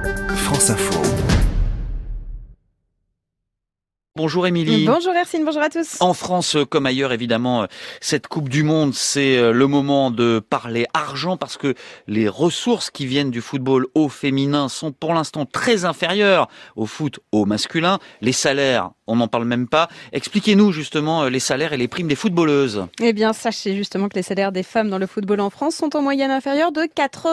France Info. Bonjour Émilie. Bonjour Hercine, bonjour à tous. En France comme ailleurs, évidemment, cette Coupe du Monde, c'est le moment de parler argent parce que les ressources qui viennent du football au féminin sont pour l'instant très inférieures au foot au masculin. Les salaires, on n'en parle même pas. Expliquez-nous justement les salaires et les primes des footballeuses. Eh bien, sachez justement que les salaires des femmes dans le football en France sont en moyenne inférieurs de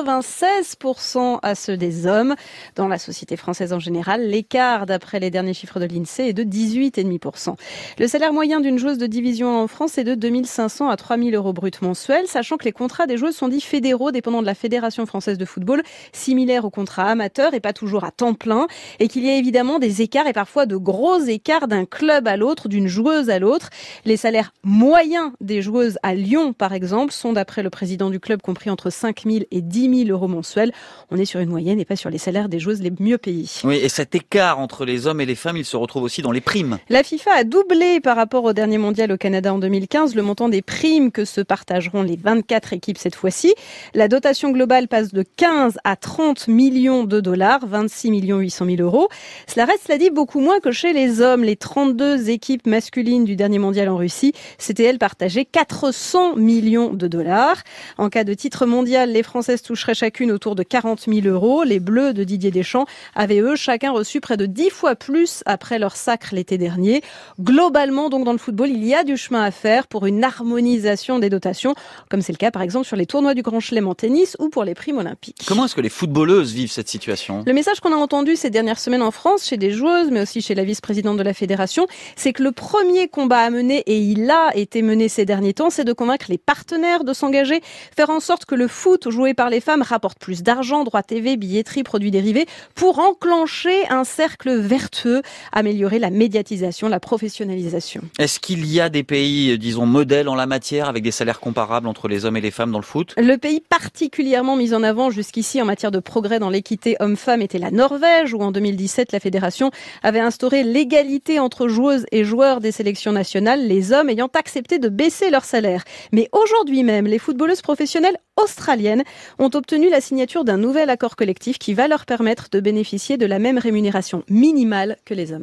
96% à ceux des hommes. Dans la société française en général, l'écart, d'après les derniers chiffres de l'INSEE, est de 18,5%. Le salaire moyen d'une joueuse de division en France est de 2 500 à 3 000 euros brut mensuels, sachant que les contrats des joueuses sont dits fédéraux, dépendant de la Fédération française de football, similaires aux contrats amateurs et pas toujours à temps plein, et qu'il y a évidemment des écarts et parfois de gros écarts d'un club à l'autre, d'une joueuse à l'autre. Les salaires moyens des joueuses à Lyon, par exemple, sont, d'après le président du club, compris entre 5 000 et 10 000 euros mensuels. On est sur une moyenne et pas sur les salaires des joueuses les mieux payées. Oui, et cet écart entre les hommes et les femmes, il se retrouve aussi dans les primes. La FIFA a doublé par rapport au dernier mondial au Canada en 2015 le montant des primes que se partageront les 24 équipes cette fois-ci. La dotation globale passe de 15 à 30 millions de dollars, 26 800 000 euros. Cela reste, cela dit, beaucoup moins que chez les hommes. Les 32 équipes masculines du dernier mondial en Russie, c'était elles partageaient 400 millions de dollars. En cas de titre mondial, les Françaises toucheraient chacune autour de 40 000 euros. Les Bleus de Didier Deschamps avaient, eux, chacun reçu près de 10 fois plus après leur sacre l'été dernier. Globalement, donc, dans le football, il y a du chemin à faire pour une harmonisation des dotations, comme c'est le cas, par exemple, sur les tournois du Grand Chelem en tennis ou pour les primes olympiques. Comment est-ce que les footballeuses vivent cette situation ? Le message qu'on a entendu ces dernières semaines en France, chez des joueuses, mais aussi chez la vice-présidente de la fédération, c'est que le premier combat à mener, et il a été mené ces derniers temps, c'est de convaincre les partenaires de s'engager, faire en sorte que le foot joué par les femmes rapporte plus d'argent, droits TV, billetterie, produits dérivés, pour enclencher un cercle vertueux, améliorer la médiatisation, la professionnalisation. Est-ce qu'il y a des pays, disons, modèles en la matière, avec des salaires comparables entre les hommes et les femmes dans le foot ? Le pays particulièrement mis en avant jusqu'ici en matière de progrès dans l'équité homme-femme était la Norvège, où en 2017, la fédération avait instauré l'égalité entre joueuses et joueurs des sélections nationales, les hommes ayant accepté de baisser leur salaire. Mais aujourd'hui même, les footballeuses professionnelles australiennes ont obtenu la signature d'un nouvel accord collectif qui va leur permettre de bénéficier de la même rémunération minimale que les hommes.